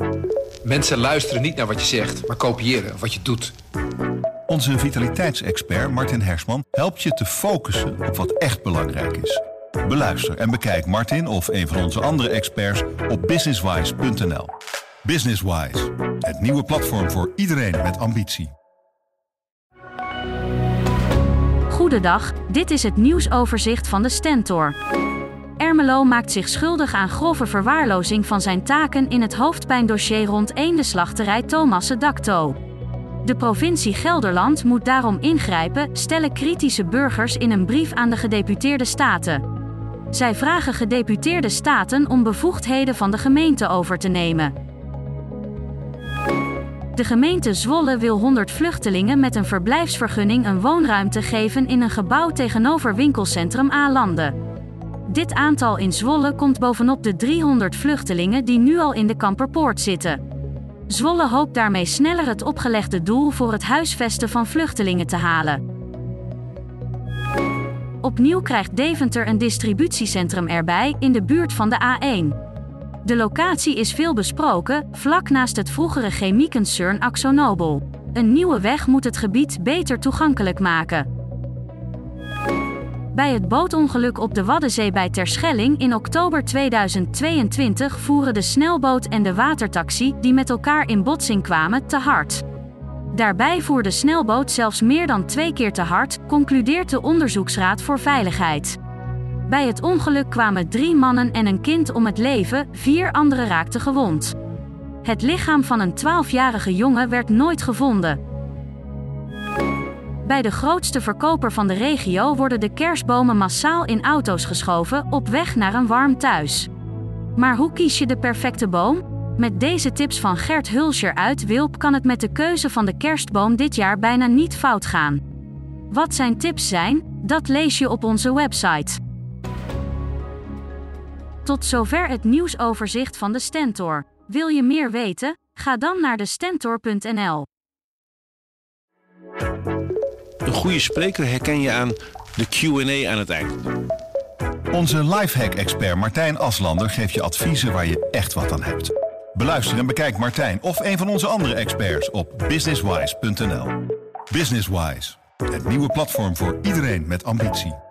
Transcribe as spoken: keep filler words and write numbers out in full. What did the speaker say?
Mensen luisteren niet naar wat je zegt, maar kopiëren wat je doet. Onze vitaliteitsexpert Martin Hersman helpt je te focussen op wat echt belangrijk is. Beluister en bekijk Martin of een van onze andere experts op businesswise punt n l. Businesswise, het nieuwe platform voor iedereen met ambitie. Goedendag, dit is het nieuwsoverzicht van de Stentor. Ermelo maakt zich schuldig aan grove verwaarlozing van zijn taken in het hoofdpijndossier rond eendenslachterij Thomasse Dakto. De provincie Gelderland moet daarom ingrijpen, stellen kritische burgers in een brief aan de gedeputeerde staten. Zij vragen gedeputeerde staten om bevoegdheden van de gemeente over te nemen. De gemeente Zwolle wil honderd vluchtelingen met een verblijfsvergunning een woonruimte geven in een gebouw tegenover winkelcentrum A-Landen. Dit aantal in Zwolle komt bovenop de driehonderd vluchtelingen die nu al in de Kamperpoort zitten. Zwolle hoopt daarmee sneller het opgelegde doel voor het huisvesten van vluchtelingen te halen. Opnieuw krijgt Deventer een distributiecentrum erbij in de buurt van de A één. De locatie is veel besproken, vlak naast het vroegere chemieconcern AkzoNobel. Een nieuwe weg moet het gebied beter toegankelijk maken. Bij het bootongeluk op de Waddenzee bij Terschelling in oktober tweeduizend tweeëntwintig voeren de snelboot en de watertaxi, die met elkaar in botsing kwamen, te hard. Daarbij voerde de snelboot zelfs meer dan twee keer te hard, concludeert de Onderzoeksraad voor Veiligheid. Bij het ongeluk kwamen drie mannen en een kind om het leven, vier anderen raakten gewond. Het lichaam van een twaalfjarige jongen werd nooit gevonden. Bij de grootste verkoper van de regio worden de kerstbomen massaal in auto's geschoven op weg naar een warm thuis. Maar hoe kies je de perfecte boom? Met deze tips van Gert Hulscher uit Wilp kan het met de keuze van de kerstboom dit jaar bijna niet fout gaan. Wat zijn tips zijn, dat lees je op onze website. Tot zover het nieuwsoverzicht van de Stentor. Wil je meer weten? Ga dan naar de stentor punt n l. Een goede spreker herken je aan de Q en A aan het eind. Onze lifehack-expert Martijn Aslander geeft je adviezen waar je echt wat aan hebt. Beluister en bekijk Martijn of een van onze andere experts op businesswise punt n l. Businesswise, het nieuwe platform voor iedereen met ambitie.